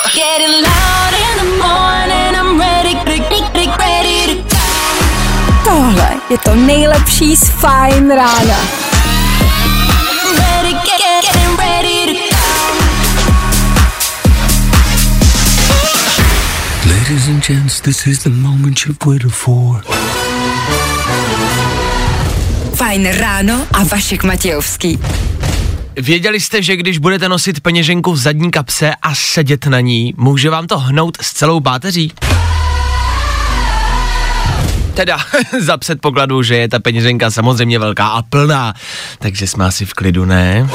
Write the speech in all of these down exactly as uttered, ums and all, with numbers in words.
Tohle je to nejlepší z Fajn rána. Ladies and gents, this is the moment you've waited for. Fajn ráno a Vašek Matějovský. Věděli jste, že když budete nosit peněženku v zadní kapse a sedět na ní, může vám to hnout s celou páteří? Teda za předpokladu, že je ta peněženka samozřejmě velká a plná, takže jsme asi v klidu, ne?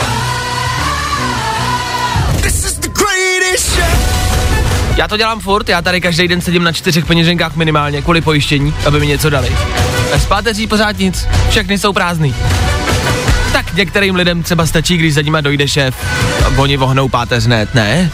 Já to dělám furt, já tady každý den sedím na čtyřech peněženkách minimálně, kvůli pojištění, aby mi něco dali. Bez páteří pořád nic, všechny jsou prázdný. Tak některým lidem třeba stačí, když za nima dojde šéf a oni vohnou páteř hned, ne?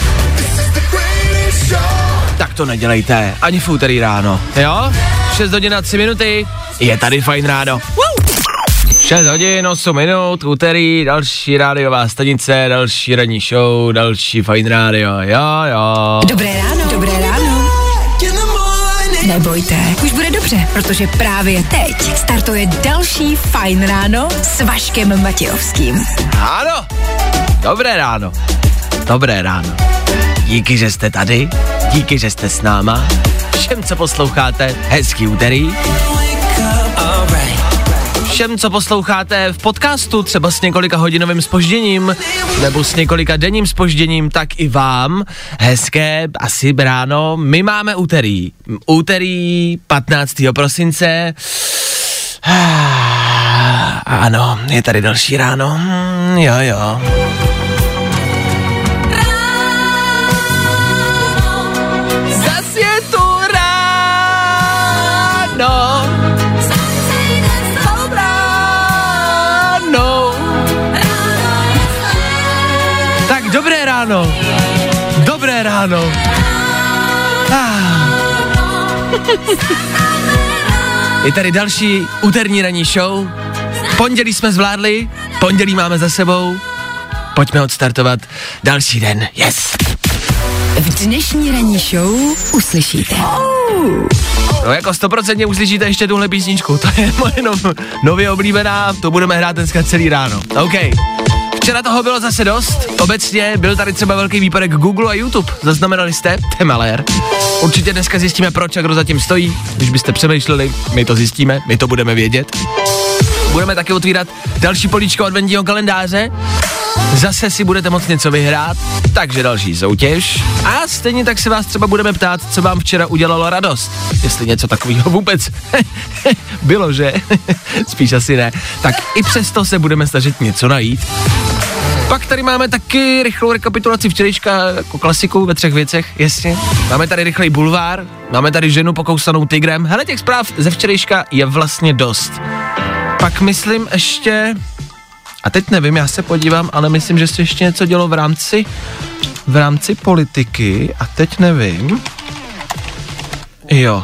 Tak to nedělejte, ani v úterý ráno, jo? šest hodin a tři minuty, je tady Fajn ráno. šest hodin, osm minut, úterý, další rádiová stanice, další ranní show, další Fajn rádio, jo, jo. Dobré ráno, dobré ráno. Nebojte, už bude dobře, protože právě teď startuje další Fajn ráno s Vaškem Matějovským. Ano, dobré ráno, dobré ráno. Díky, že jste tady, díky, že jste s náma. Všem, co posloucháte, hezký úterý. Všem, co posloucháte v podcastu, třeba s několika hodinovým zpožděním, nebo s několika denním zpožděním, tak i vám hezké asi ráno. My máme úterý. Úterý patnáctého prosince. Ano, je tady další ráno. Jo, jo. Zas je tu ráno. Dobré ráno, dobré ráno. Ah. Je tady další úterní ranní show. Pondělí jsme zvládli, pondělí máme za sebou. Pojďme odstartovat další den, yes. V dnešní ranní show uslyšíte. No jako stoprocentně uslyšíte ještě tuhle písničku, to je moje no, nově oblíbená, to budeme hrát dneska celý ráno, OK. Včera toho bylo zase dost, obecně byl tady třeba velký výpadek Google a YouTube, zaznamenali jste? Temalér. Určitě dneska zjistíme, proč a kdo zatím stojí, když byste přemýšleli, my to zjistíme, my to budeme vědět. Budeme taky otvírat další políčko adventního kalendáře, zase si budete moct něco vyhrát, takže další soutěž. A stejně tak se vás třeba budeme ptát, co vám včera udělalo radost, jestli něco takového vůbec bylo, že? Spíš asi ne. Tak i přesto se budeme snažit něco najít. Pak tady máme taky rychlou rekapitulaci včerejška, jako klasiku ve třech věcech, jasně. Máme tady rychlej bulvár, máme tady ženu pokousanou tigrem. Hele, těch zpráv ze včerejška je vlastně dost. Pak myslím ještě, a teď nevím, já se podívám, ale myslím, že se ještě něco dělo v rámci, v rámci politiky a teď nevím. Jo.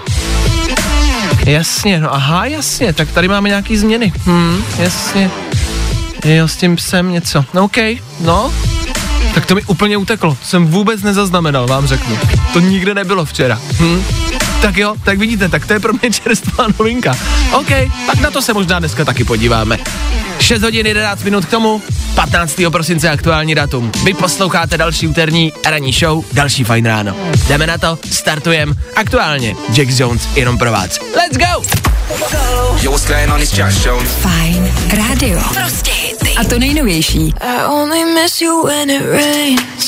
Jasně, no aha, jasně, tak tady máme nějaký změny. Hm, jasně. Jo, s tím psem něco. No OK, no. Tak to mi úplně uteklo. Jsem vůbec nezaznamenal, vám řeknu. To nikde nebylo včera. Hm. Tak jo, tak vidíte, tak to je pro mě čerstvá novinka. OK, tak na to se možná dneska taky podíváme. šest hodin jedenáct minut k tomu, patnáctého prosince aktuální datum. Vy posloucháte další úterní ranní show, další Fajn ráno. Jdeme na to, startujem aktuálně. Jax Jones jenom pro vás. Let's go! Yo, what's going on? It's Jax Jones. Fajn rádio. Prostě hity. A to nejnovější. I only miss you when it rains.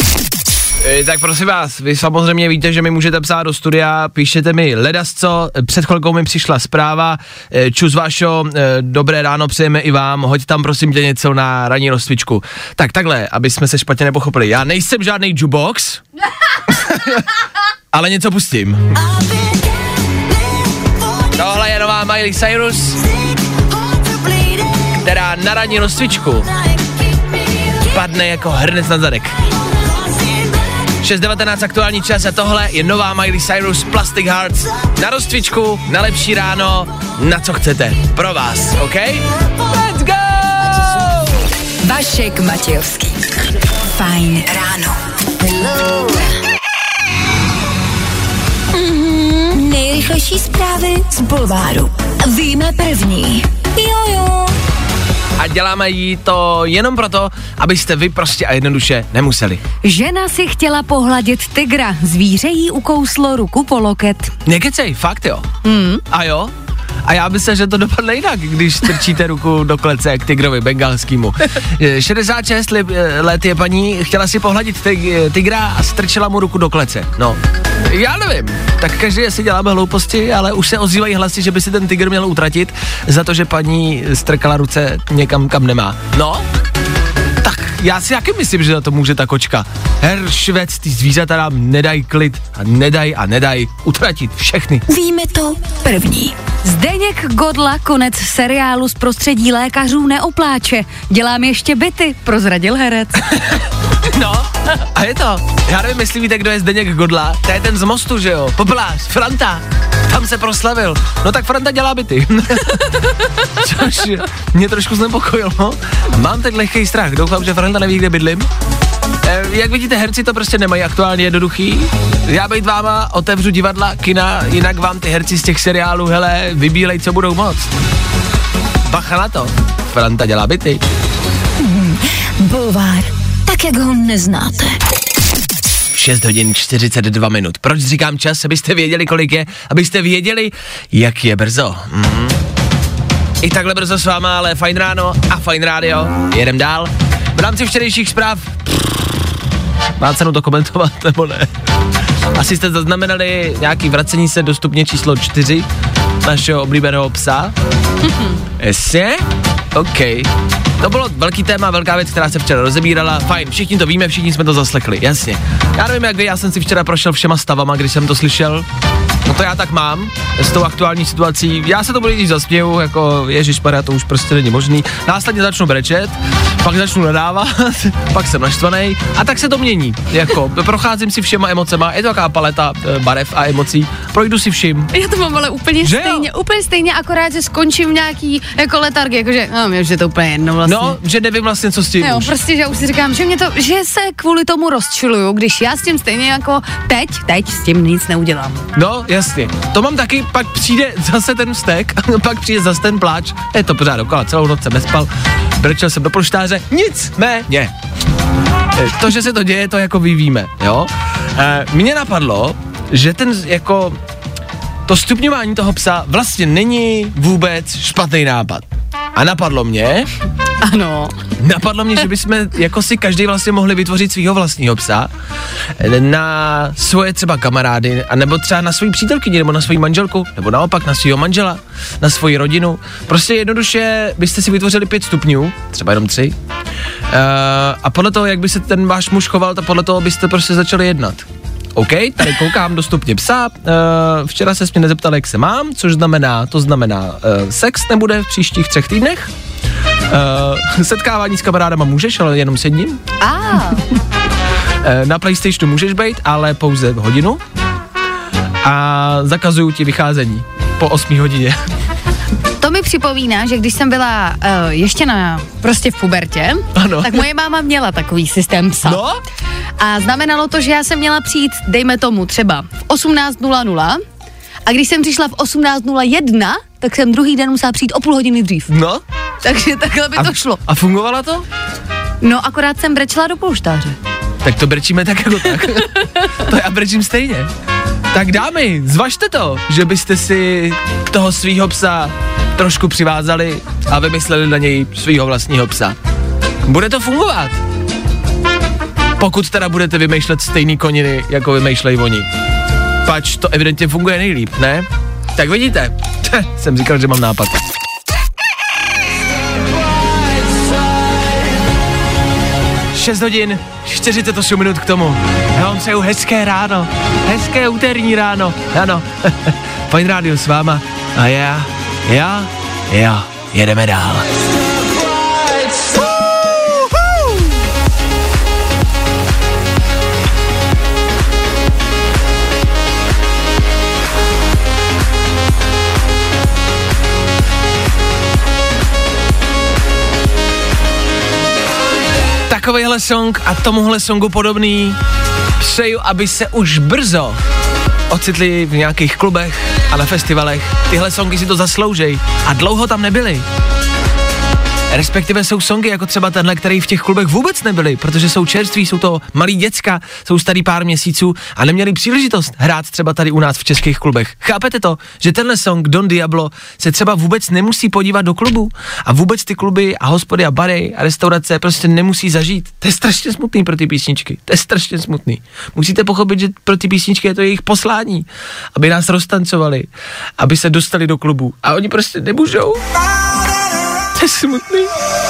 E, tak prosím vás, vy samozřejmě víte, že mi můžete psát do studia, píšete mi ledasco, před chvilkou mi přišla zpráva, e, čus Vašo, e, dobré ráno přejeme i vám, hoď tam prosím tě něco na ranní rozcvičku. Tak takhle, aby jsme se špatně nepochopili, já nejsem žádný jukebox, ale něco pustím. Tohle je nová Miley Cyrus, která na ranní rozcvičku padne jako hrnec na zadek. šest devatenáct aktuální čas a tohle je nová Miley Cyrus Plastic Hearts na rozcvičku, na lepší ráno, na co chcete, pro vás, OK? Let's go! Vašek Matějovský. Fajn ráno. nejrychlejší zprávy z bulváru. Víme první. Jojo. A děláme jí to jenom proto, abyste vy prostě a jednoduše nemuseli. Žena si chtěla pohladit tygra, zvíře jí ukouslo ruku po loket. Nekecej, fakt jo. Hmm. A jo? A já myslím, že to dopadne jinak, když strčíte ruku do klece k tygrovi bengalskému. šedesát šest let je paní, chtěla si pohladit tyg, tygra a strčila mu ruku do klece. No, já nevím, tak každý si děláme hlouposti, ale už se ozývají hlasy, že by si ten tygr měl utratit za to, že paní strkala ruce někam, kam nemá. No, tak já si taky myslím, že na to může ta kočka. Herr Švec, ty zvířata nám nedají klid a nedají a nedají utratit všechny. Víme to první. Zdeněk Godla konec seriálu z prostředí lékařů neopláče. Dělám ještě byty, prozradil herec. No, a je to. Já nevím, jestli víte, kdo je Zdeněk Godla. To je ten z Mostu, že jo? Populář, Franta. Tam se proslavil. No tak Franta dělá byty. Což mě trošku znepokojilo. Mám teď lehký strach. Doufám, že Franta neví, kde bydlím. E, jak vidíte, herci to prostě nemají aktuálně jednoduchý. Já bejt váma, otevřu divadla, kina, jinak vám ty herci z těch seriálů, hele, vybílej, co budou moct. Bacha na to. Franta dělá byty. Hmm, bulvár, tak jak ho neznáte. šest hodin čtyřicet dva minut. Proč říkám čas? Abyste věděli, kolik je, abyste věděli, jak je brzo. Mm. I takhle brzo s váma, ale fajn ráno a fajn rádio. Jedem dál. V rámci včerejších zpráv má cenu to komentovat, nebo ne? Asi jste zaznamenali nějaký vracení se do stupně číslo čtyři našeho oblíbeného psa. Jestli? OK. To bylo velký téma, velká věc, která se včera rozebírala. Fajn, všichni to víme, všichni jsme to zaslechli, jasně. Já nevím, jak vy, já jsem si včera prošel všema stavama, když jsem to slyšel. No to já tak mám, s tou aktuální situací. Já se to budu když zasměju, jako ježišmarja, to už prostě není možný. Následně začnu brečet, pak začnu nadávat, pak jsem naštvanej a tak se to mění. Jako, procházím si všema emocema, je to taková paleta e, barev a emocí, projdu si všim. Já to mám ale úplně že stejně, jo? úplně stejně, akorát, že skončím v nějaký jako letargy, jakože, no, mě už je to úplně jedno vlastně. No, že nevím vlastně, co s tím Jo, už. prostě, že už si říkám, že mě to, že se kvůli tomu rozčiluju, když já s tím stejně jako teď, teď s tím nic neudělám. No, jasně. To mám taky, pak přijde zase ten vztek, pak přijde zase ten pláč. Je to pořád dokola, celou noc jsem nespal, brečel jsem do polštáře, nic, méně. To, že se to děje, to jako víme, jo. E, mně napadlo, že ten jako, to stupňování toho psa vlastně není vůbec špatný nápad. A napadlo mě, Ano. Napadlo mě, že bychom jako si každý vlastně mohli vytvořit svýho vlastního psa na svoje třeba kamarády, anebo třeba na svou přítelkyni, nebo na svou manželku, nebo naopak na svého manžela, na svoji rodinu. Prostě jednoduše byste si vytvořili pět stupňů, třeba jenom tři. Uh, a podle toho, jak by se ten váš muž choval, tak podle toho byste prostě začali jednat. OK, tady koukám do stupně psa, uh, včera se mě nezeptal, jak se mám, což znamená, to znamená, uh, sex nebude v příštích třech týdnech. Uh, setkávání s kamarádama můžeš, ale jenom s jedním. Ah. uh, na PlayStationu můžeš být, ale pouze hodinu. A zakazuju ti vycházení po osmé hodině. To mi připomíná, že když jsem byla uh, ještě na, prostě v pubertě, Ano. tak moje máma měla takový systém psa. No? A znamenalo to, že já jsem měla přijít, dejme tomu třeba v osmnáct nula nula a když jsem přišla v osmnáct nula jedna, tak jsem druhý den musela přijít o půl hodiny dřív. No? Takže takhle by A, to šlo. a fungovalo to? No akorát jsem brečela do polštáře. Tak to brečíme tak jako tak. To já brečím stejně. Tak dámy, zvažte to, že byste si toho svýho psa trošku přivázali a vymysleli na něj svýho vlastního psa. Bude to fungovat. Pokud teda budete vymýšlet stejný koniny, jako vymýšlejí oni. Pač to evidentně funguje nejlíp, ne? Tak vidíte, jsem říkal, že mám nápad. šest hodin, čtyřicet osm minut k tomu. Já vám přeju hezké ráno, hezké úterní ráno, ano. Fajn rádio s váma a já, já, já, jedeme dál. Takovejhle song a tomuhle songu podobný přeju, aby se už brzo ocitli v nějakých klubech a na festivalech. Tyhle songy si to zasloužej a dlouho tam nebyly. Respektive jsou songy jako třeba tenhle, který v těch klubech vůbec nebyly, protože jsou čerství, jsou to malí děcka, jsou starý pár měsíců a neměli příležitost hrát třeba tady u nás v českých klubech. Chápete to, že tenhle song Don Diablo se třeba vůbec nemusí podívat do klubu a vůbec ty kluby a hospody a bary a restaurace prostě nemusí zažít. To je strašně smutný pro ty písničky, to je strašně smutný. Musíte pochopit, že pro ty písničky je to jejich poslání, aby nás roztancovali, aby se dostali do klubu a oni prostě nemůžou. To je smutný.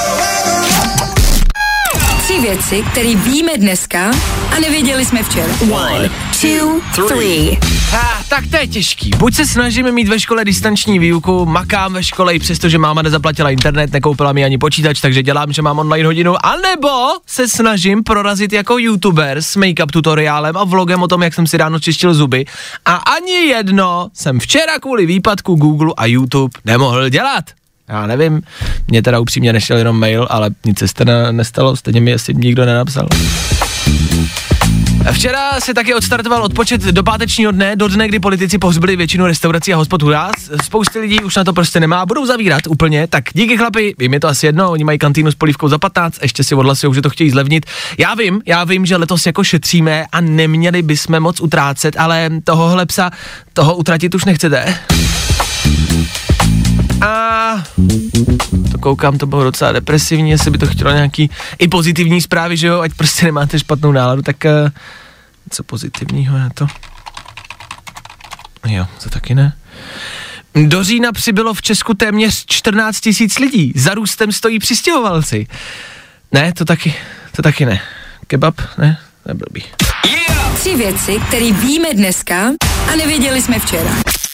Tři věci, které víme dneska a nevěděli jsme včera. One, two, three. Ha, tak to je těžký. Buď se snažíme mít ve škole distanční výuku, makám ve škole i přesto, že máma nezaplatila internet, nekoupila mi ani počítač, takže dělám, že mám online hodinu, anebo se snažím prorazit jako youtuber s make-up tutoriálem a vlogem o tom, jak jsem si ráno čistil zuby a ani jedno jsem včera kvůli výpadku Google a YouTube nemohl dělat. Já nevím, mě teda upřímně nešel jenom mail, ale nic se teda nestalo, stejně mi asi nikdo nenapsal. Včera se taky odstartoval odpočet do pátečního dne, do dne, kdy politici pohřbili většinu restaurací a hospod u nás. Spousty lidí už na to prostě nemá, budou zavírat úplně, tak díky chlapi, jim je to asi jedno, oni mají kantýnu s polívkou za patnáct, ještě si odhlasujou, že to chtějí zlevnit. Já vím, já vím, že letos jako šetříme a neměli bychom moc utrácet, ale tohohle psa, toho utratit už nechcete. A to koukám, to bylo docela depresivní, jestli by to chtělo nějaký i pozitivní zprávy, že jo, ať prostě nemáte špatnou náladu, tak uh, co pozitivního na to? Jo, to taky ne. Do října přibylo v Česku téměř čtrnáct tisíc lidí, za růstem stojí přistěhovalci. Ne, to taky, to taky ne. Kebab, ne, to je blbý. Yeah! Tři věci, které víme dneska a nevěděli jsme včera.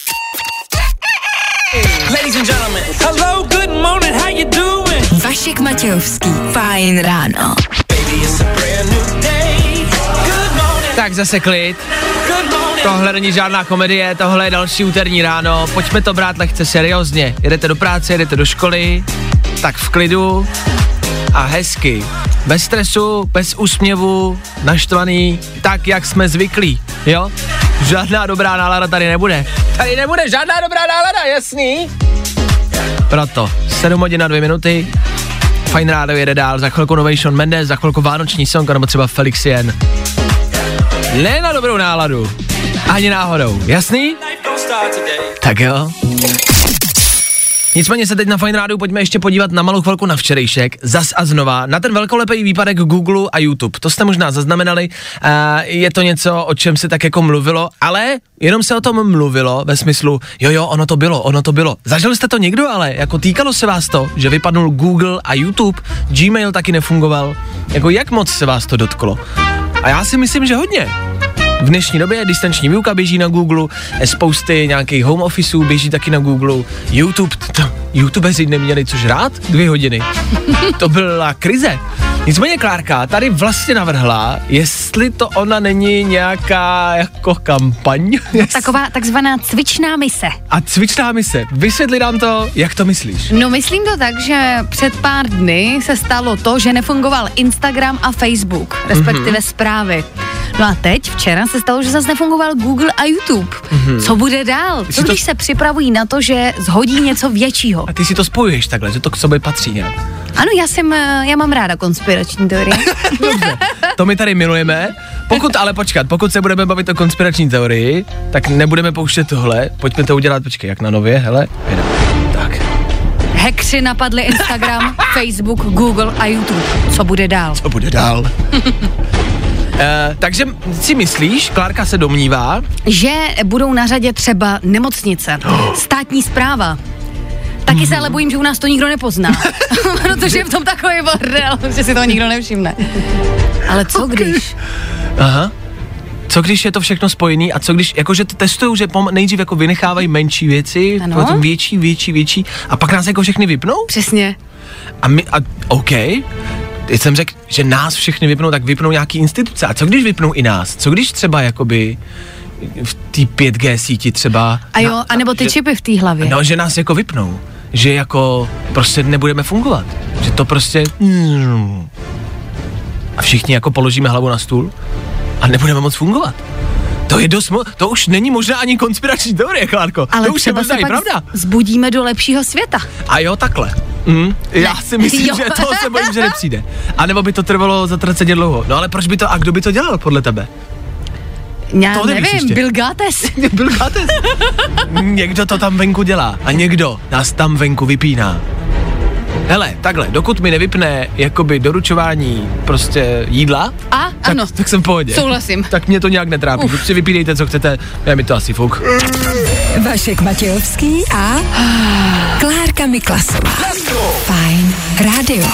Ladies and gentlemen, hello, good morning, how you doing? Vašek Matějovský, Fajn ráno. Baby, it's a brand new day. Good morning, Tak zase klid. good morning. Tohle není žádná komedie, tohle je další úterní ráno, pojďme to brát lehce seriózně. Jedete do práce, jedete do školy, tak v klidu a hezky. Bez stresu, bez úsměvu, naštvaný, tak jak jsme zvyklí, jo? Žádná dobrá nálada tady nebude. Tady nebude žádná dobrá nálada, jasný? Proto sedm hodin a dvě minuty, Fajn rádio jede dál, za chvilku novej Shawn Mendes, za chvilku vánoční song, nebo třeba Felix Jen. Ne na dobrou náladu, ani náhodou, jasný? Tak jo. Nicméně se teď na Fajn rádiu pojďme ještě podívat na malou chvilku na včerejšek, zas a znova, na ten velkolepý výpadek Google a YouTube. To jste možná zaznamenali, uh, je to něco, o čem se tak jako mluvilo, ale jenom se o tom mluvilo ve smyslu, jo jo, ono to bylo, ono to bylo. Zažil jste to někdo ale, jako týkalo se vás to, že vypadnul Google a YouTube, Gmail taky nefungoval, jako jak moc se vás to dotklo? A já si myslím, že hodně. V dnešní době distanční výuka běží na Google, spousty nějakých home officeů běží taky na Google, YouTube, to, YouTubeři neměli co žrát dvě hodiny. To byla krize. Nicméně Klárka tady vlastně navrhla, jestli to ona není nějaká jako kampaň. Taková takzvaná cvičná mise. A cvičná mise, vysvětli nám to, jak to myslíš? No myslím to tak, že před pár dny se stalo to, že nefungoval Instagram a Facebook, respektive mm-hmm. zprávy. No a teď, včera se stalo, že zase nefungoval Google a YouTube. Mm-hmm. Co bude dál? Co když to... se připravují na to, že zhodí něco většího? A ty si to spojuješ takhle, že to k sobě patří nějak? Ano, já jsem, já mám ráda konspirační teorie. Dobře, to my tady milujeme. Pokud, ale počkat, pokud se budeme bavit o konspirační teorii, tak nebudeme pouštět tohle. Pojďme to udělat, počkej, jak na Nově, hele. Jedem. Tak. Hackři napadli Instagram, Facebook, Google a YouTube. Co bude dál? Co bude dál? Uh, takže si myslíš, Klárka se domnívá, že budou na řadě třeba nemocnice, oh. státní správa. Taky mm. se ale bojím, že u nás to nikdo nepozná, protože je v tom takový bordel, že si to nikdo nevšimne. Ale co okay. když? Aha. Co když je to všechno spojený a co když, jakože testujou, že pom- nejdřív jako vynechávají menší věci, ano? Potom větší, větší, větší a pak nás jako všechny vypnou? Přesně. A my, a OK, teď jsem řekl, že nás všechny vypnou, tak vypnou nějaký instituce. A co když vypnou i nás? Co když třeba jakoby v té pět G síti třeba... A jo, na, anebo ty že, čipy v té hlavě. No, že nás jako vypnou. Že jako prostě nebudeme fungovat. Že to prostě... A všichni jako položíme hlavu na stůl a nebudeme moc fungovat. To je dost, mo- to už není možná ani konspirační teorie, Klárko. Ale to už je třeba možná se i pak pravda. zbudíme do lepšího světa. A jo, takhle. Mm, já Ne. si myslím, Jo. že toho se bojím, že nepřijde. A nebo by to trvalo zatraceně dlouho. No ale proč by to, a kdo by to dělal podle tebe? Já To nevíš nevím, ještě. Bill Gates. Byl Gates. Někdo to tam venku dělá a někdo nás tam venku vypíná. Hele, takhle, dokud mi nevypne jakoby doručování prostě jídla, A, tak, ano, tak jsem v pohodě. souhlasím. Tak mě to nějak netrápí. Vy si vypínejte, co chcete, je mi to asi fuk. Vašek Matějovský a Klárka Miklasová. Fajn rádio.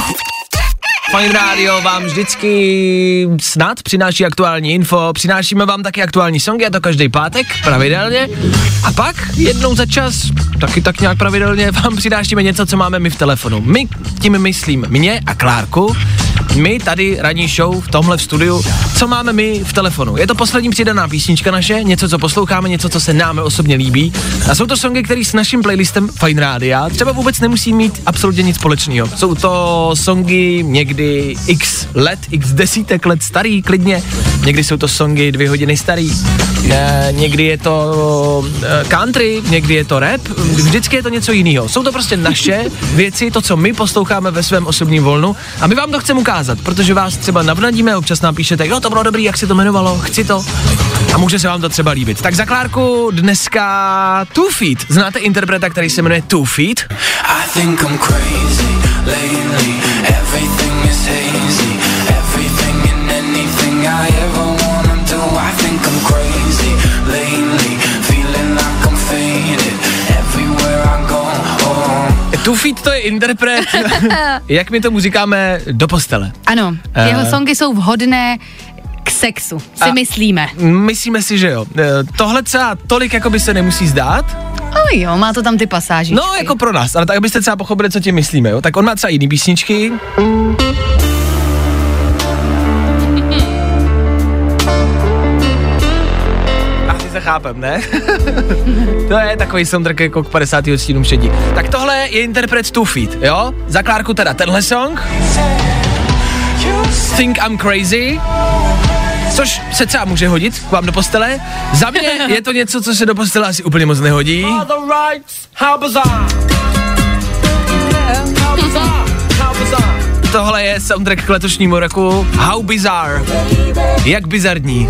Fajn rádio vám vždycky snad přináší aktuální info, přinášíme vám taky aktuální songy, a to každý pátek, pravidelně. A pak jednou za čas, taky tak nějak pravidelně, vám přinášíme něco, co máme my v telefonu. My tím myslím mě a Klárku, my tady ranní show v tomhle v studiu, co máme my v telefonu. Je to poslední přidaná písnička naše, něco, co posloucháme, něco, co se nám osobně líbí. A jsou to songy, které s naším playlistem Fajn rádia třeba vůbec nemusí mít absolutně nic společného. Jsou to songy někdy x let, x desítek let starý, klidně. Někdy jsou to songy dvě hodiny starý. E, někdy je to e, country, někdy je to rap, vždycky je to něco jiného. Jsou to prostě naše věci, to, co my posloucháme ve svém osobním volnu, a my vám to chceme ukázat, protože vás třeba navnadíme, občas nám píšete, jo, to bylo dobrý, jak se to jmenovalo, chci to. A může se vám to třeba líbit. Tak za Klárku dneska Two Feet. Znáte interpreta, který se jmenuje Two Feet? I think I'm crazy lately. Everything is hazy. Everything and anything I ever wanna do. I think I'm crazy lately. Feeling like I'm faded. Everywhere I go. Oh. Two Feet to je interpret, jak my tomu říkáme, do postele. Ano, jeho songy jsou vhodné k sexu, si A- myslíme. Myslíme si, že jo. E, Tohle třeba tolik jako by se nemusí zdát. Ale jo, má to tam ty pasážičky. No, jako pro nás, ale tak abyste třeba pochopili, co tím myslíme, jo. Tak on má třeba jiný písničky. Asi se chápem, ne? To je takový soundtrack jako k padesátým odstínům šedí. Tak tohle je interpret Two Feet, jo? Za Klárku teda tenhle song. Think I'm Crazy. Což se třeba může hodit k vám do postele. Za mě je to něco, co se do postele asi úplně moc nehodí. Tohle je soundtrack k letošnímu roku. How Bizarre. Jak bizarní.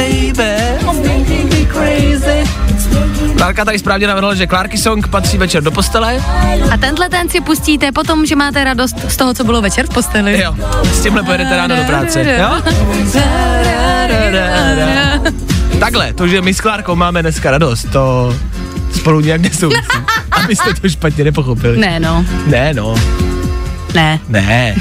Klárka tady správně navrhla, že Klárky song patří večer do postele. A tenhle ten si pustíte potom, že máte radost z toho, co bylo večer v posteli. Jo, s tímhle pojedete ráno do práce. Jo? Takhle, to, že my s Klárkou máme dneska radost, to spolu nějak nesouvisí. Abyste to špatně nepochopili. Ne, no. Ne, no. Ne. Ne.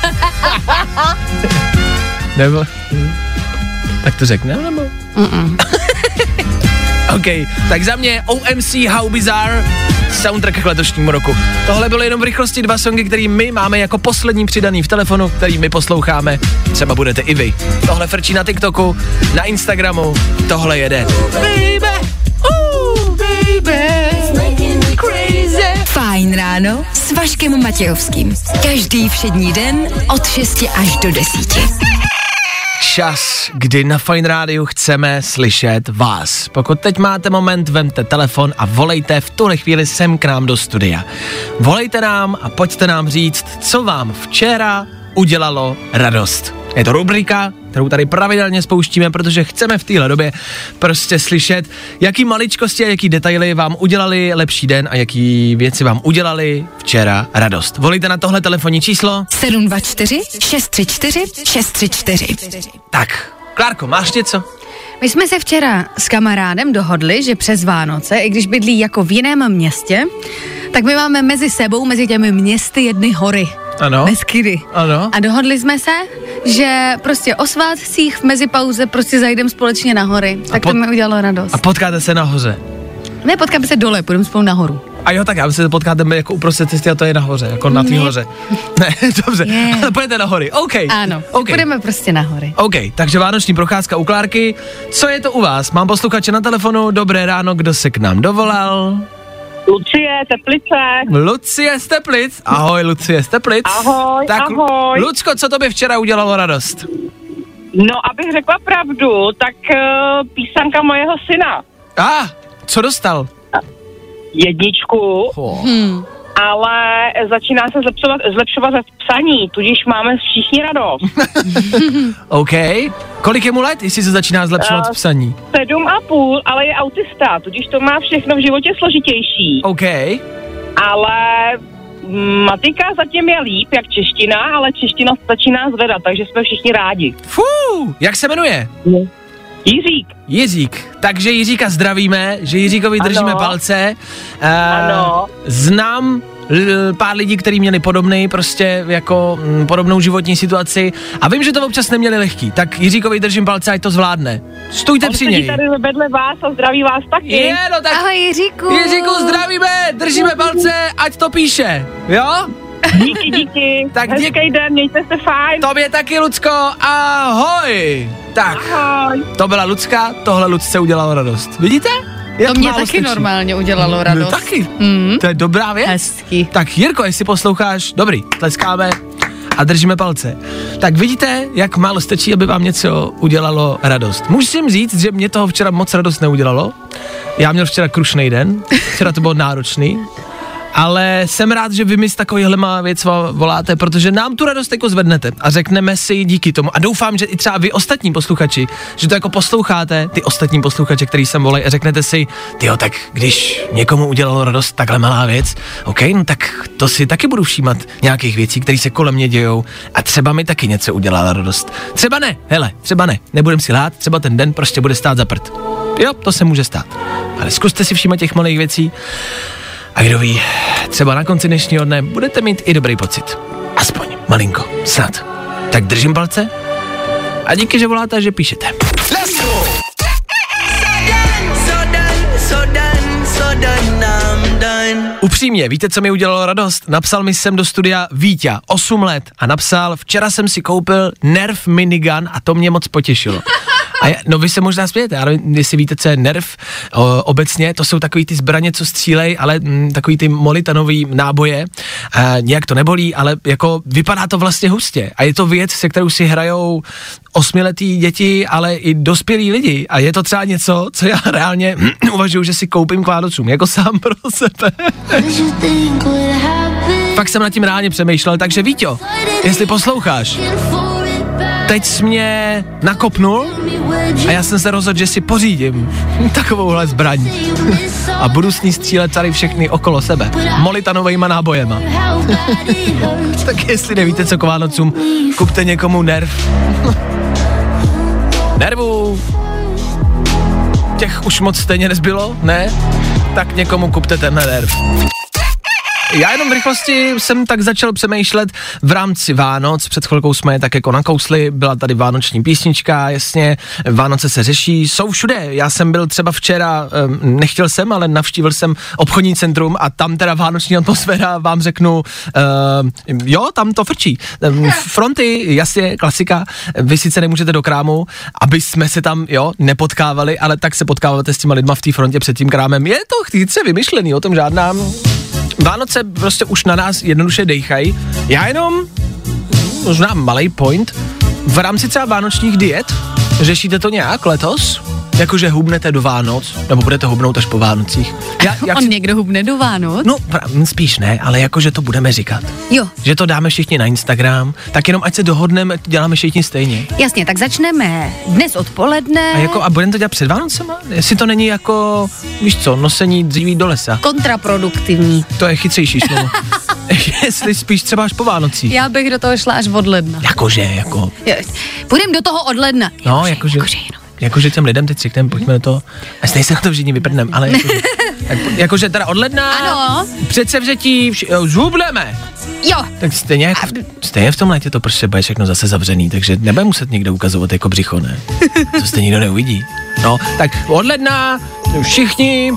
Nebo... Tak to řekne, nebo? Mm-mm. OK, tak za mě O M C How Bizarre, soundtrack k letošnímu roku. Tohle bylo jenom v rychlosti dva songy, který my máme jako poslední přidaný v telefonu, který my posloucháme. Třeba budete i vy. Tohle frčí na TikToku, na Instagramu, tohle jede. Baby, ooh, baby, crazy. Fajn ráno s Vaškem Matějovským. Každý všední den od šesti až do desíti. Čas, kdy na Fajn rádiu chceme slyšet vás. Pokud teď máte moment, vemte telefon a volejte v tuhle chvíli sem k nám do studia. Volejte nám a pojďte nám říct, co vám včera udělalo radost. Je to rubrika, kterou tady pravidelně spouštíme, protože chceme v téhle době prostě slyšet, jaký maličkosti a jaký detaily vám udělali lepší den a jaký věci vám udělali včera radost. Volejte na tohle telefonní číslo. sedm dva čtyři šest tři čtyři šest tři čtyři. Tak, Klárko, máš něco? My jsme se včera s kamarádem dohodli, že přes Vánoce, i když bydlí jako v jiném městě, tak my máme mezi sebou, mezi těmi městy jedny hory. Ano. Beskydy. Ano. A dohodli jsme se, že prostě o svátcích v mezipauze prostě zajdeme společně na hory. Tak pot- to mi udělalo radost. A potkáte se nahoře. Ne, potkáme se dole, půjdeme spolu nahoru. A jo, tak já se potkáte jako uprostřed cesty a to je nahoře, jako na té Ne. hoře. Ne, dobře, Je. ale pojďte na hory, OK. Ano, OK. půjdeme prostě na hory. OK, takže vánoční procházka u Klárky. Co je to u vás? Mám posluchače na telefonu, dobré ráno, kdo se k nám dovolal? Lucie, Teplice. Lucie z Teplic. Ahoj, Lucie z Teplic. Ahoj, tak, ahoj. Lucko, co tobě včera udělalo radost? No, abych řekla pravdu, tak uh, písanka mojeho syna. A, ah, co dostal? Jedničku, Oh. Hmm. ale začíná se zlepšovat, zlepšovat ve psaní, tudíž máme všichni radost. OK. Kolik je mu let, jestli se začíná zlepšovat Uh, v psaní? Sedm a půl, ale je autista, tudíž to má všechno v životě složitější. OK. Ale matika zatím je líp, jak čeština, ale čeština začíná zvedat, takže jsme všichni rádi. Fú, jak se jmenuje? Jiřík. Jiřík. Takže Jiříka zdravíme, že Jiříkovi držíme Ano. palce. Uh, Ano. Znám l- pár lidí, kteří měli podobný, prostě jako m, podobnou životní situaci a vím, že to občas neměli lehký, tak Jiříkovi držím palce, ať to zvládne. Stůjte On při sedí něj. tady vedle vás a zdraví vás taky. Je, no tak Ahoj Jiříku. Jiříku zdravíme, držíme palce, ať to píše, jo? Díky, díky. Tak Hezký dík- den, mějte se fajn. Tobě taky, Lucko, ahoj. Tak, Ahoj. to byla Lucka, tohle Lucce udělalo radost. Vidíte? Jak To mě málo taky stačí. normálně udělalo radost. No, taky. Mm. To je dobrá věc. Hezky. Tak Jirko, jestli posloucháš, dobrý, tleskáme a držíme palce. Tak vidíte, jak málo stačí, aby vám něco udělalo radost. Musím říct, že mě toho včera moc radost neudělalo. Já měl včera krušný den, včera to bylo náročný, ale jsem rád, že vy mi s takovýhlema věcma voláte, protože nám tu radost jako zvednete a řekneme si díky tomu. A doufám, že i třeba vy ostatní posluchači, že to jako posloucháte, ty ostatní posluchače, který sem volají a řeknete si, tyjo, tak když někomu udělalo radost takhle malá věc, OK, no tak to si taky budu všímat nějakých věcí, které se kolem mě dějou a třeba mi taky něco udělá radost. Třeba ne, hele, třeba ne, nebudem si lhát, třeba ten den prostě bude stát za prd. Jo, to se může stát. Ale zkuste si všímat těch malých věcí. A kdo ví, třeba na konci dnešního dne budete mít i dobrý pocit. Aspoň malinko, snad. Tak držím palce a díky, že voláte a že píšete. Let's go! So done, so done, so done, I'm done. Upřímně, víte, co mi udělalo radost? Napsal mi sem do studia Víťa, osm let, a napsal, včera jsem si koupil Nerf minigun a to mě moc potěšilo. A já, no vy se možná smějete, ale jestli víte, co je Nerf o, obecně, to jsou takový ty zbraně, co střílej, ale m, takový ty molitanový náboje. A, nějak to nebolí, ale jako vypadá to vlastně hustě. A je to věc, se kterou si hrajou osmiletý děti, ale i dospělí lidi. A je to třeba něco, co já reálně uvažuji, že si koupím k Vánocům, jako sám pro sebe. Fakt jsem nad tím reálně přemýšlel, takže Víťo, jestli posloucháš, teď jsi mě nakopnul a já jsem se rozhodl, že si pořídím takovouhle zbraň a budu s ní střílet tady všechny okolo sebe, molitanovejma nábojema. Tak jestli nevíte, co k Vánocům, kupte někomu Nerv. Nervů. Těch už moc stejně nezbylo, ne? Tak někomu kupte tenhle Nerv. Já jenom v rychlosti jsem tak začal přemýšlet v rámci Vánoc, před chvilkou jsme je tak jako nakousli, byla tady vánoční písnička, jasně, Vánoce se řeší, jsou všude, já jsem byl třeba včera, nechtěl jsem, ale navštívil jsem obchodní centrum a tam teda vánoční atmosféra, vám řeknu, uh, jo, tam to frčí, fronty, jasně, klasika, vy sice nemůžete do krámu, aby jsme se tam, jo, nepotkávali, ale tak se potkáváte s těma lidma v té frontě před tím krámem, je to chytře vymyšlený, o tom žádná. Vánoce prostě už na nás jednoduše dejchají. Já jenom, možná malej point, v rámci třeba vánočních diet, řešíte to nějak letos? Jakože hubnete do Vánoc, nebo budete hubnout až po Vánocích? Já, jak On si... někdo hubne do Vánoc? No, spíš ne, ale jakože to budeme říkat. Jo. Že to dáme všichni na Instagram, tak jenom ať se dohodneme, děláme všichni stejně. Jasně, tak začneme dnes odpoledne. A jako, a budeme to dělat před Vánocema? Jestli to není jako, víš co, nosení dříví do lesa. Kontraproduktivní. To je chytřejší slovo. Jestli spíš třeba až po Vánocích. Já bych do toho šla až od ledna. Jakože, jako... Jo, půjdem do toho od ledna. No, jakože... Jakože jenom. Jakože těm lidem teď řekneme, pojďme do toho, a stejně se na to všichni vyprdneme, ale jakože, jak, jakože teda od ledna, Ano. předsevzetí, vši, jo, zhubleme. Jo. Tak stejně, jako, stejně v tom létě to prostě bude všechno zase zavřený, takže nebude muset někdo ukazovat jako břicho, ne? To stejně nikdo neuvidí. No, tak od ledna všichni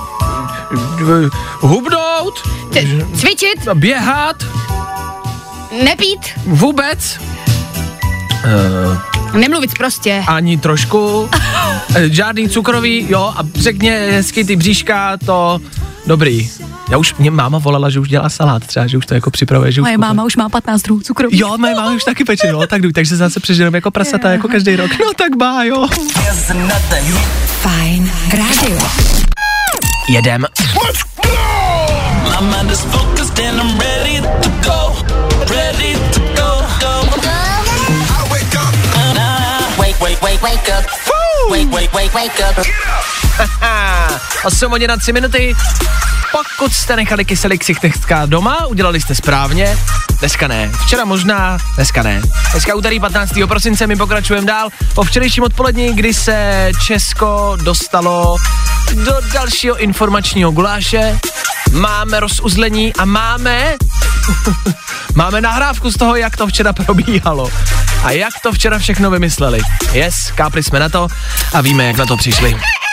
hubnout, Cvičit, běhat, nepít, vůbec, uh, nemluvit prostě. ani trošku, žádný cukrový, jo, a řekně hezky ty bříška, to dobrý. Já už, mě máma volala, že už dělá salát třeba, že už to jako připravuje, že už... Moje máma už má patnáct druhů cukroví. Jo, moje máma už taky peče, no, tak jdu, takže zase přežijeme jako prasata, jako každý rok. No tak bá, jo. Fajn rádio. Jedem. osm hodin a tři minuty. Pokud jste nechali kyselý ksichtka doma, udělali jste správně. Dneska ne. Včera možná, dneska ne. Dneska úterý patnáctého prosince, my pokračujeme dál. Po včerejším odpolední, kdy se Česko dostalo do dalšího informačního guláše, máme rozuzlení a máme máme nahrávku z toho, jak to včera probíhalo a jak to včera všechno vymysleli. Yes, kápli jsme na to a víme, jak na to přišli.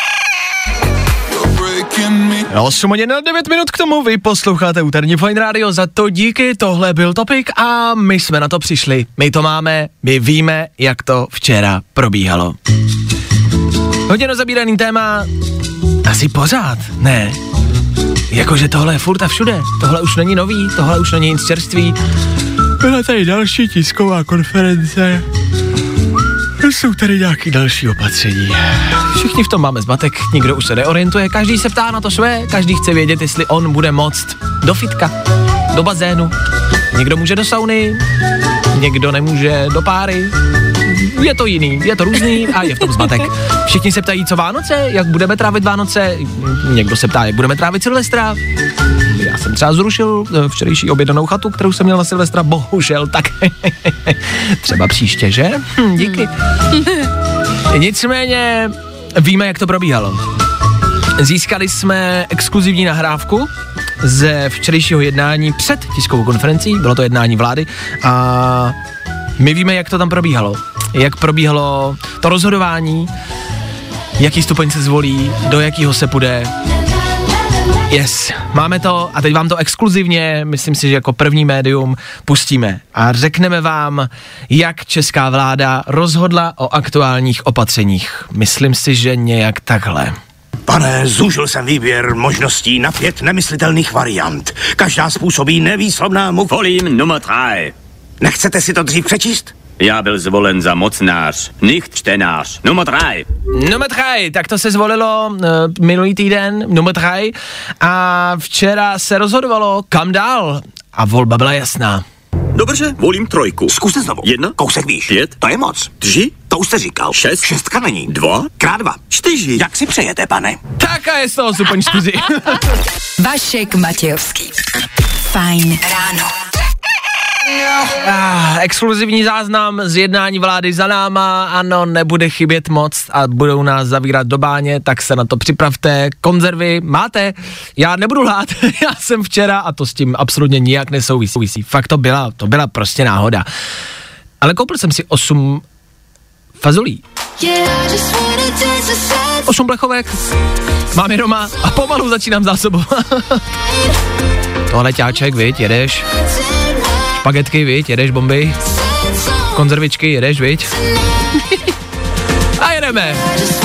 osm hodin a devět minut k tomu, vy posloucháte úterní Fajn rádio, za to díky, tohle byl topik a my jsme na to přišli. My to máme, my víme, jak to včera probíhalo. Hodně rozabíraný téma, asi pořád, ne. Jakože tohle je furt a všude, tohle už není nový, tohle už není nic čerstvý. Byla tady další tisková konference, jsou tady nějaký další opatření. Všichni v tom máme zmatek, nikdo už se neorientuje, každý se ptá na to své, každý chce vědět, jestli on bude moct do fitka, do bazénu, někdo může do sauny, někdo nemůže do páry. Je to jiný, je to různý a je v tom zmatek. Všichni se ptají, co Vánoce, jak budeme trávit Vánoce, někdo se ptá, jak budeme trávit Silvestra. Já jsem třeba zrušil včerejší objednanou chatu, kterou jsem měl na Silvestra, bohužel, tak třeba příště, že? Hm, díky. Nicméně víme, jak to probíhalo. Získali jsme exkluzivní nahrávku ze včerejšího jednání před tiskovou konferencí, bylo to jednání vlády a my víme, jak to tam probíhalo. Jak probíhalo to rozhodování, jaký stupeň se zvolí, do jakýho se půjde. Yes, máme to a teď vám to exkluzivně, myslím si, že jako první médium pustíme a řekneme vám, jak česká vláda rozhodla o aktuálních opatřeních. Myslím si, že nějak takhle. Pane, zúžil jsem výběr možností na pět nemyslitelných variant. Každá způsobí nevýslovnému... Volím nummer tři. Nechcete si to dřív přečíst? Já byl zvolen za mocnář, nicht čtenář. Nummer tři. Nummer tři, tak to se zvolilo uh, minulý týden, nummer tři. A včera se rozhodovalo, kam dál. A volba byla jasná. Dobře, volím trojku. Zkuste znovu. Jedna. Kousek výš. Pět. To je moc. Tři. To už jste říkal. Šest. Šestka není. Dva. Krát dva. Čtyři. Jak si přejete, pane? Tak a je z toho stupeň čtyři. Vašek Matějovský. Fajn ráno. Ah, exkluzivní záznam z jednání vlády za náma, ano, nebude chybět moc a budou nás zavírat do báně, tak se na to připravte, konzervy máte, já nebudu lhát, já jsem včera a to s tím absolutně nijak nesouvisí, fakt to byla, to byla prostě náhoda, ale koupil jsem si osm fazolí, osm plechovek, mám je doma a pomalu začínám zásobovat. Tohle ťáček, viď, jedeš. Špagetky, viď, jedeš bomby, konzervičky, jedeš, viď. A jedeme.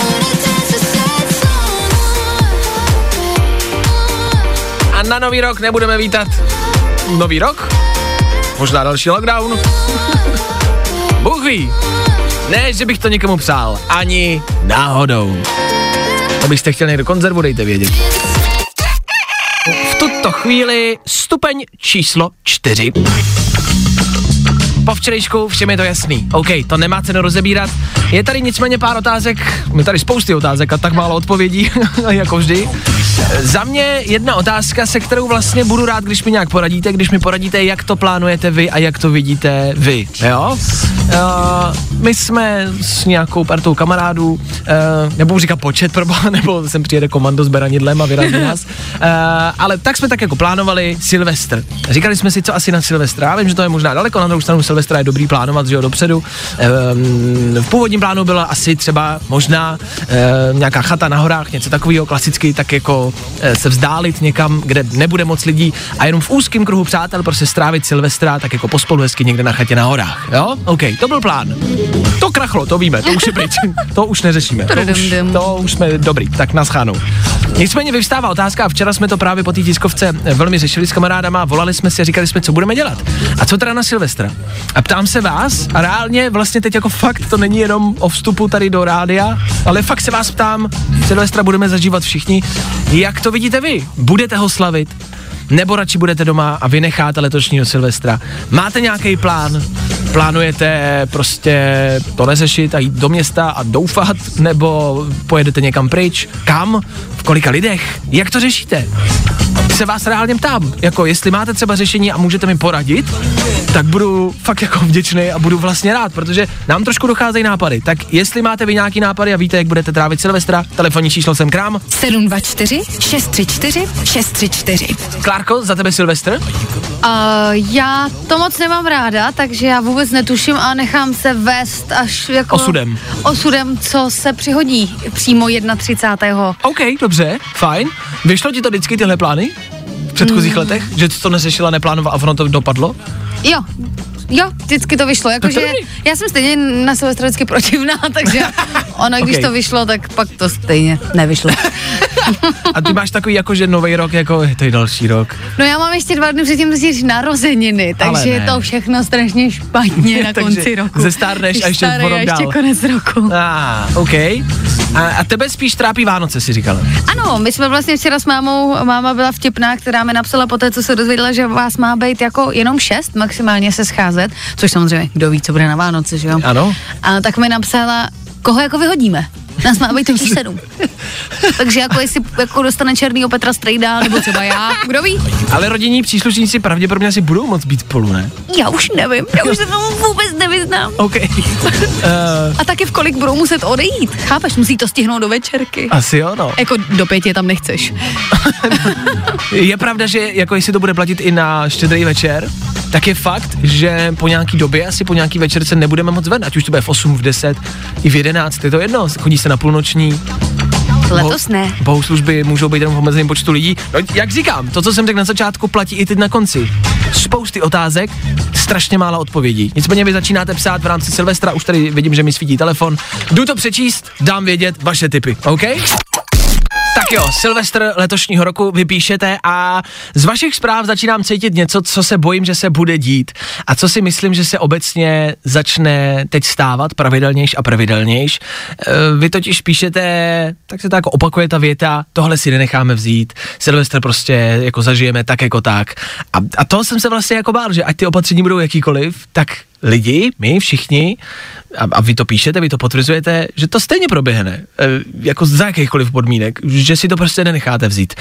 A na nový rok nebudeme vítat nový rok, možná další lockdown. Bůh ví. Ne, že bych to někomu přál, ani náhodou. Abyste chtěli někdo konzervu, dejte vědět. V tuto chvíli stupeň číslo čtyři. Po včerejšku všem je to jasný. OK, to nemá cenu rozebírat. Je tady nicméně pár otázek, je tady spousty otázek a tak málo odpovědí, jako vždy. Za mě jedna otázka, se kterou vlastně budu rád, když mi nějak poradíte, když mi poradíte, jak to plánujete vy a jak to vidíte vy, jo? Uh, my jsme s nějakou partou kamarádů, uh, nebudu říkat počet, proboha, nebo sem přijede komando s beranidlem a vyrazí nás, uh, ale tak jsme tak jako plánovali Silvestr. Říkali jsme si, co asi na Silvestra. Já vím, že to je možná daleko, na druhou stranu Silvestra je dobrý plánovat, že jo, dopředu. Um, v původním plánu byla asi třeba možná um, nějaká chata na horách, něco takového klasicky, tak jako um, se vzdálit někam, kde nebude moc lidí a jenom v úzkém kruhu přátel prostě strávit Silvestra tak jako pospolu hezky někde na chatě na horách, jo? OK, to byl plán. To krachlo, to víme, to už je pryč. To už neřešíme. To už, to už jsme dobrý, tak naschánou. Nicméně vyvstává otázka, a včera jsme to právě po té tiskovce velmi řešili s kamarádama, volali jsme si a říkali jsme, co budeme dělat. A co teda na Silvestra? A ptám se vás, a reálně vlastně teď jako fakt to není jenom o vstupu tady do rádia, ale fakt se vás ptám, Silvestra budeme zažívat všichni, jak to vidíte vy? Budete ho slavit? Nebo radši budete doma a vynecháte letošního Silvestra? Máte nějaký plán? Plánujete prostě to neřešit a jít do města a doufat? Nebo pojedete někam pryč? Kam? V kolika lidech? Jak to řešíte? Se vás reálně ptám, jako jestli máte třeba řešení a můžete mi poradit, tak budu fakt jako vděčný a budu vlastně rád, protože nám trošku docházejí nápady. Tak jestli máte vy nějaký nápady a víte, jak budete trávit Silvestra, telefonní číslo jsem krám. sedm dva čtyři šest tři čtyři šest tři čtyři. Klárko, za tebe Silvestr? Uh, já to moc nemám ráda, takže já vůbec netuším a nechám se vést až jako... Osudem. Osudem, co se přihodí přímo třicátého prvního OK, dobře, fajn. Vyšlo ti to vždycky tyhle plány? V předchozích mm. letech? Že jsi to neřešila, neplánovala a ono to dopadlo? Jo. Jo, vždycky to vyšlo, jakože já jsem stejně na Silvestra vždycky protivná, takže ono, když okay. to vyšlo, tak pak to stejně nevyšlo. A ty máš takový jako, že nový rok, jako je to je další rok. No já mám ještě dva dny předtím totiž narozeniny, takže je to všechno strašně špatně na konci roku. Zestárneš a ještě v rok dál. ještě konec roku. Ah, OK. A, a tebe spíš trápí Vánoce, si říkala. Ano, my jsme vlastně včera s mámou, máma byla vtipná, která mi napsala po té, co se dozvěděla, že vás má být jako jenom šest maximálně se scházet, což samozřejmě kdo ví, co bude na Vánoce, že jo? Ano. A tak mi napsala, koho jako vyhodíme. Nás má být totiž sedm. Takže jako jestli jako dostane černýho Petra Strejda, nebo třeba já, kdo ví? Ale rodinní příslušníci pravděpodobně asi budou moc být spolu, ne? Já už nevím, já už se tomu vůbec nevyznám. OK. uh... A taky v kolik budou muset odejít, chápeš? Musí to stihnout do večerky. Asi jo, no. Jako do pěti tam nechceš. Je pravda, že jako jestli to bude platit i na štědrý večer, tak je fakt, že po nějaký době, asi po nějaký večerce nebudeme moc ven, ať už to bude v osm, v deset, i v jedenáct, je to jedno, chodí se na půlnoční. Letos ne. Bohoslužby můžou být jenom v omezeném počtu lidí. No, jak říkám, to, co jsem řekl na začátku, platí i teď na konci. Spousty otázek, strašně málo odpovědí. Nicméně vy začínáte psát v rámci Silvestra, už tady vidím, že mi svítí telefon. Jdu to přečíst, dám vědět vaše tipy, OK? Tak jo, Silvestr letošního roku vypíšete a z vašich zpráv začínám cítit něco, co se bojím, že se bude dít a co si myslím, že se obecně začne teď stávat pravidelnějš a pravidelnějš. Vy totiž píšete, tak se tak opakuje ta věta, tohle si nenecháme vzít, Silvestr prostě jako zažijeme tak jako tak. A, a toho jsem se vlastně jako bál, že ať ty opatření budou jakýkoliv, tak lidi, my všichni, a, a vy to píšete, vy to potvrzujete, že to stejně proběhne, e, jako za jakýchkoliv podmínek, že si to prostě nenecháte vzít.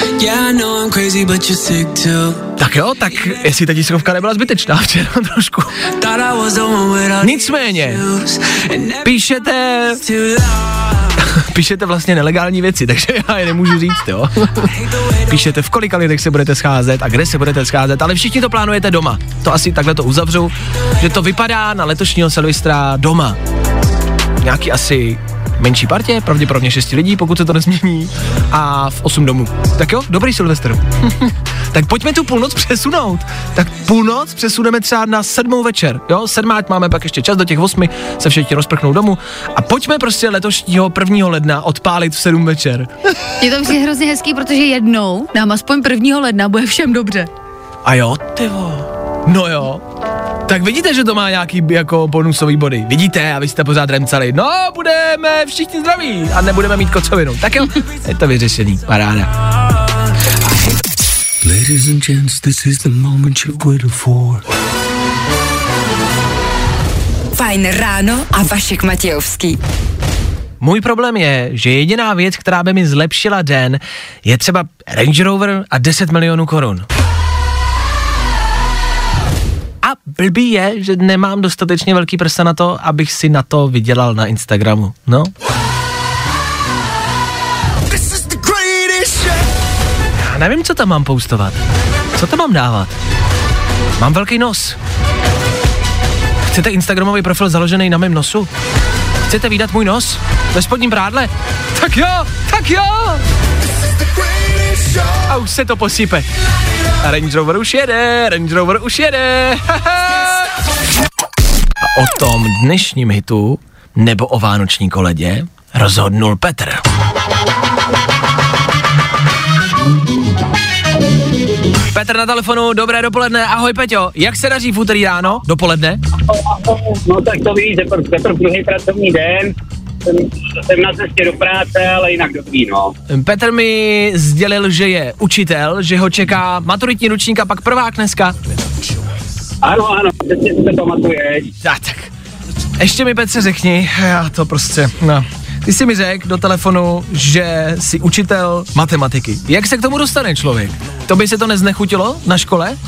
Tak jo, tak jestli ta tiskovka nebyla zbytečná včera trošku. Nicméně, píšete... Píšete vlastně nelegální věci, takže já je nemůžu říct, jo. Píšete, v kolika lidech se budete scházet a kde se budete scházet, ale všichni to plánujete doma. To asi takhle to uzavřu, že to vypadá na letošního Silvestra doma. Nějaký asi menší partě, pravděpodobně šesti lidí, pokud se to nezmění, a v osm domů. Tak jo, dobrý Silvestr. Tak pojďme tu půlnoc přesunout. Tak půlnoc přesuneme třeba na sedmou večer, jo, sedmát máme pak ještě čas, do těch osmi se všichni rozprchnou domů a pojďme prostě letošního prvního ledna odpálit v sedm večer. Je to vždy hrozně hezký, protože jednou nám aspoň prvního ledna bude všem dobře. A jo, tyvo. No jo. Tak vidíte, že to má nějaký jako bonusový body. Vidíte a vy jste pořád remcali. No, budeme všichni zdraví a nebudeme mít kocovinu. Tak jo, je to vyřešený. Paráda. Ladies and gents, this is the moment you've waited for. Fajn ráno a Vašek Matějovský. Můj problém je, že jediná věc, která by mi zlepšila den, je třeba Range Rover a deset milionů korun. A blbý je, že nemám dostatečně velký prsa na to, abych si na to vydělal na Instagramu, no. Já nevím, co tam mám postovat. Co tam mám dávat? Mám velký nos. Chcete Instagramový profil založený na mém nosu? Chcete vidět můj nos? Ve spodním prádle? Tak jo, tak jo! A už se to posype. A Range Rover už jede, Range Rover už jede. A o tom dnešním hitu, nebo o vánoční koledě, rozhodnul Petr. Petr na telefonu, dobré dopoledne, ahoj Peťo, jak se daří v úterý ráno, dopoledne? No tak to víš, Petr, Petr druhý pracovní den, jsem, jsem na cestě do práce, ale jinak dobrý, no. Petr mi sdělil, že je učitel, že ho čeká maturitní ročník a pak prvák dneska. Ano, ano, přesně si to pamatuješ. Tak, tak. Ještě mi Petře řekni, já to prostě, no. Ty jsi mi řekl do telefonu, že jsi učitel matematiky. Jak se k tomu dostane člověk? To by se to neznechutilo na škole?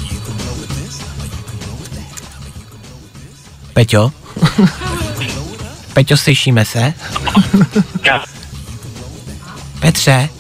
Peťo? Peťo, slyšíme se? Petře?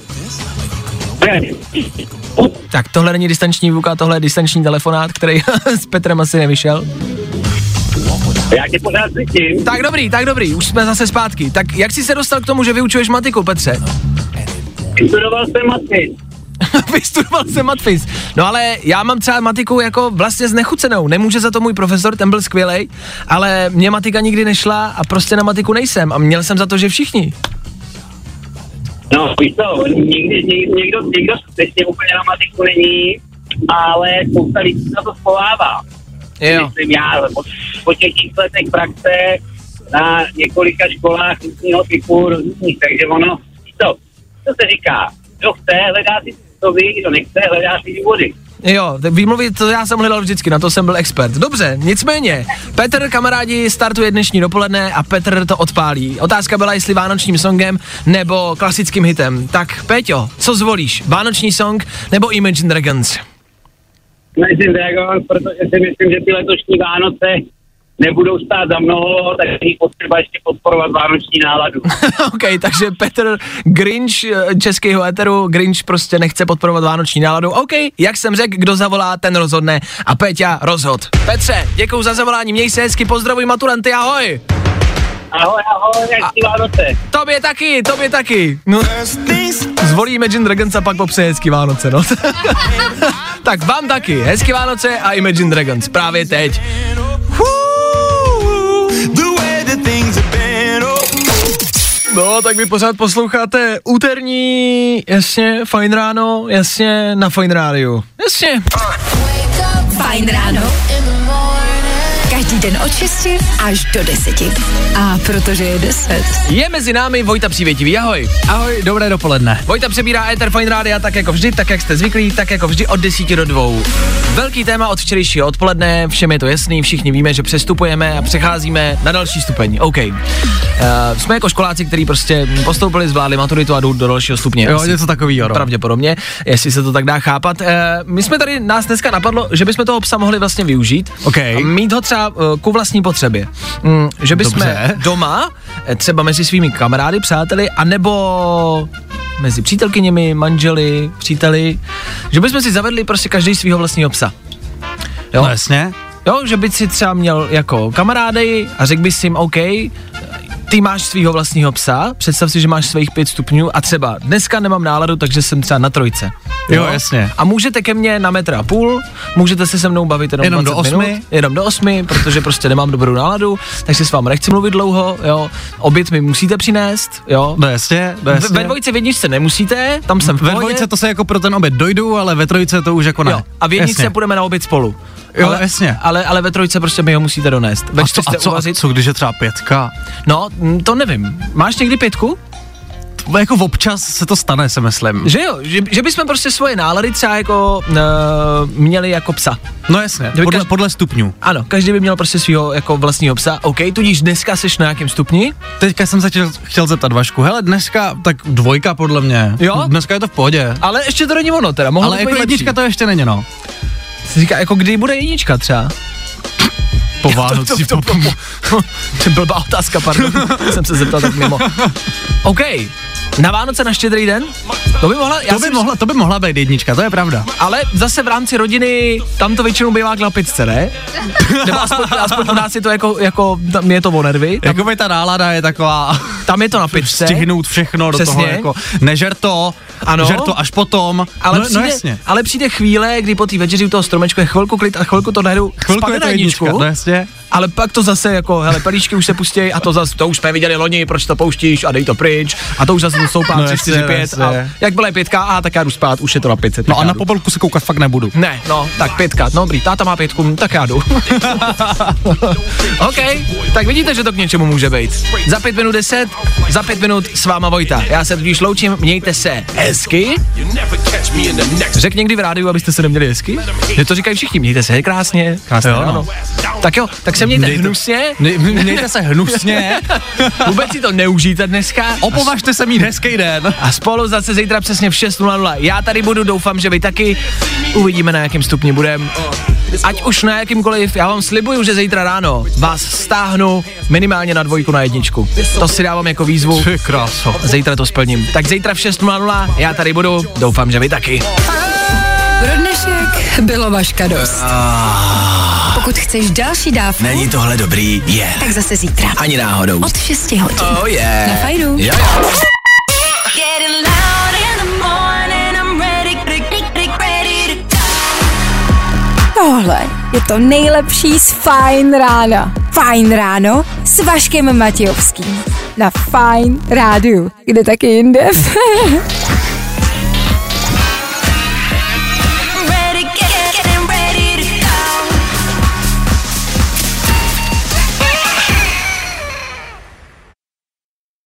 Tak tohle není distanční výuka, tohle je distanční telefonát, který s Petrem asi nevyšel. Já tě pořád slyším. Tak dobrý, tak dobrý, už jsme zase zpátky. Tak jak jsi se dostal k tomu, že vyučuješ matiku, Petře? Vystudoval jsem matfis. Vystudoval jsem matfis. No ale já mám třeba matiku jako vlastně znechucenou. Nemůže za to můj profesor, ten byl skvělej, ale mě matika nikdy nešla a prostě na matiku nejsem. A měl jsem za to, že všichni. No, víš co, někdy, někdo, někdo, někdo skutečně úplně na matiku není, ale spousta lidí na to schovává. Jo. Myslím já, po, po těch x letech praxe na několika školách různého typu různých, takže ono, víš co, co se říká, kdo chce, hledá si způsoby, kdo nechce, hledá si důvody. Jo, výmluvy, to já jsem hledal vždycky, na to jsem byl expert. Dobře, nicméně, Petr, kamarádi, startuje dnešní dopoledne a Petr to odpálí. Otázka byla, jestli vánočním songem nebo klasickým hitem. Tak, Péťo, co zvolíš? Vánoční song nebo Imagine Dragons? Imagine Dragons, protože si myslím, že ty letošní Vánoce nebudou stát za mnoho, tak je potřeba ještě podporovat vánoční náladu. OK, takže Petr Grinch českého éteru, Grinch prostě nechce podporovat vánoční náladu. OK, jak jsem řekl, kdo zavolá, ten rozhodne a Péťa rozhod. Petře, děkuju za zavolání, měj se hezky, pozdravuj maturanty, ahoj! Ahoj, ahoj, hezký Vánoce. Tobě taky, tobě taky. No, zvolí Imagine Dragons a pak popřeje hezký Vánoce, no. Tak vám taky, hezký Vánoce a Imagine Dragons, právě teď. No, tak vy pořád posloucháte úterní, jasně, Fajn ráno, jasně, na Fajn rádiu. Jasně. Fajn ráno. Každý den od šesti až do deseti. A protože je deset. Je mezi námi Vojta Přívětivý, ahoj. Ahoj, dobré dopoledne. Vojta přebírá éter Fajn rádia tak jako vždy, tak jak jste zvyklí, tak jako vždy od desíti do dvou. Velký téma od včerejšího odpoledne, všem je to jasný, všichni víme, že přestupujeme a přecházíme na další stupeň. OK. Uh, jsme jako školáci, kteří prostě postoupili, zvládli maturitu a jdou do dalšího stupně. Jo, něco takového. Pravděpodobně, jestli se to tak dá chápat. Uh, my jsme tady, nás dneska napadlo, že bychom toho psa mohli vlastně využít. Okay. A mít ho třeba uh, ku vlastní potřebě. Mm, že bychom doma, třeba mezi svými kamarády, přáteli, anebo mezi přítelkyněmi, manželi, příteli, že bychom si zavedli prostě každý svýho vlastního psa. Jo? No jasně. Jo, že by si třeba měl jako kamarády a řekl bys jim, OK, ty máš svýho vlastního psa, představ si, že máš svých pět stupňů a třeba dneska nemám náladu, takže jsem třeba na trojce. Jo, jo jasně. A můžete ke mně na metr a půl, můžete se se mnou bavit jenom, jenom do osmi. Minut, jenom do osmi, protože prostě nemám dobrou náladu, takže s vámi nechci mluvit dlouho, jo. Oběd mi musíte přinést, jo. No jasně, no jasně. Ve dvojce v jedničce nemusíte, tam jsem v Ve pohodě. dvojce to se jako pro ten oběd dojdu, ale ve trojce to už jako ne. Jo. A v jedničce jasně. Půjdeme na oběd spolu. Jo, ale, jasně. Ale, ale ve trojce prostě mi ho musíte donést. Ve a, co, a, co, a co, když je třeba pětka? No, to nevím. Máš někdy pětku? To jako občas se to stane, se myslím. Že jo, že, že bychom prostě svoje nálady třeba jako uh, měli jako psa. No jasně, podle, každý, podle stupňů. Ano, každý by měl prostě svýho jako vlastního psa. OK, tudíž dneska seš na nějakém stupni? Teďka jsem se chtěl, chtěl zeptat Vašku, hele, dneska tak dvojka podle mě. Jo? Dneska je to v pohodě. Ale ještě to není ono teda, mohlo ale jako jednička to ještě není, no. Se říká, jako kdy bude jednička třeba? Po Vánoci. To, to, to, to, to, to blbá otázka, pardon, jsem se zeptal tak mimo. OK, na Vánoce na Štědrý den? To by mohla, já to, by jsem... mohla, to by mohla být jednička, to je pravda. Ale zase v rámci rodiny, tam to většinou bývá k pizce, ne? Nebo aspoň, aspoň u nás je to jako, jako tam je to o nervy. Tam... Jakoby ta nálada je taková... Tam je to na pitce. Stihnout všechno do Přesně. toho, jako nežer to, ano. žer to až potom. Ale, no, přijde, no jasně. ale přijde chvíle, kdy po té večeři u toho stromečku je chvilku klid a chvilku to najednou spadne na jedničku. No jasně. Ale pak to zase jako, hele, pelíšky už se pustí a to zase, to už jsme viděli loni, proč to pouštíš a dej to pryč a to už zase stoupá No tři, čtyři, pět a jak byla pětka, a tak já jdu spát, už je to na pětce. No a na pobelku se koukat fakt nebudu. Ne, no, tak pětka, no dobrý, táta má pětku, tak já jdu. OK, tak vidíte, že to k něčemu může být. Za pět minut deset, za pět minut s váma Vojta. Já se tudíž loučím, mějte se hezky. Řek někdy v rádiu, abyste se neměli hezky? Že to říkají všichni, mějte se krásně. Krásně jo, ráno. no. Tak jo, tak se mějte Mějte- hnusně. Ne, mějte se hnusně. Vůbec si to neužijte dneska. Opovažte se mít hezký den. A spolu zase zítra přesně v šest nula nula. Já tady budu, doufám, že vy taky. Uvidíme, na jakém stupni budem. Ať už na jakýmkoliv, já vám slibuju, že zítra ráno vás stáhnu minimálně na dvojku na jedničku. To si dávám jako výzvu. Ty kráso. Zítra to splním. Tak zítra v šest nula nula, já tady budu, doufám, že vy taky. Pro dnešek bylo Vaška dost. Pokud chceš další dávku, Není tohle dobrý, je. Yeah. tak zase zítra. Ani náhodou. Od šesti hodin. Oh yeah. Na Fajnu. Jo, jo. Getting loud in the morning, I'm ready, ready, ready to Tohle je to nejlepší z Fajn rána. Fajn ráno s Vaškem Matějovským. Na Fajn rádiu. Kde taky jinde?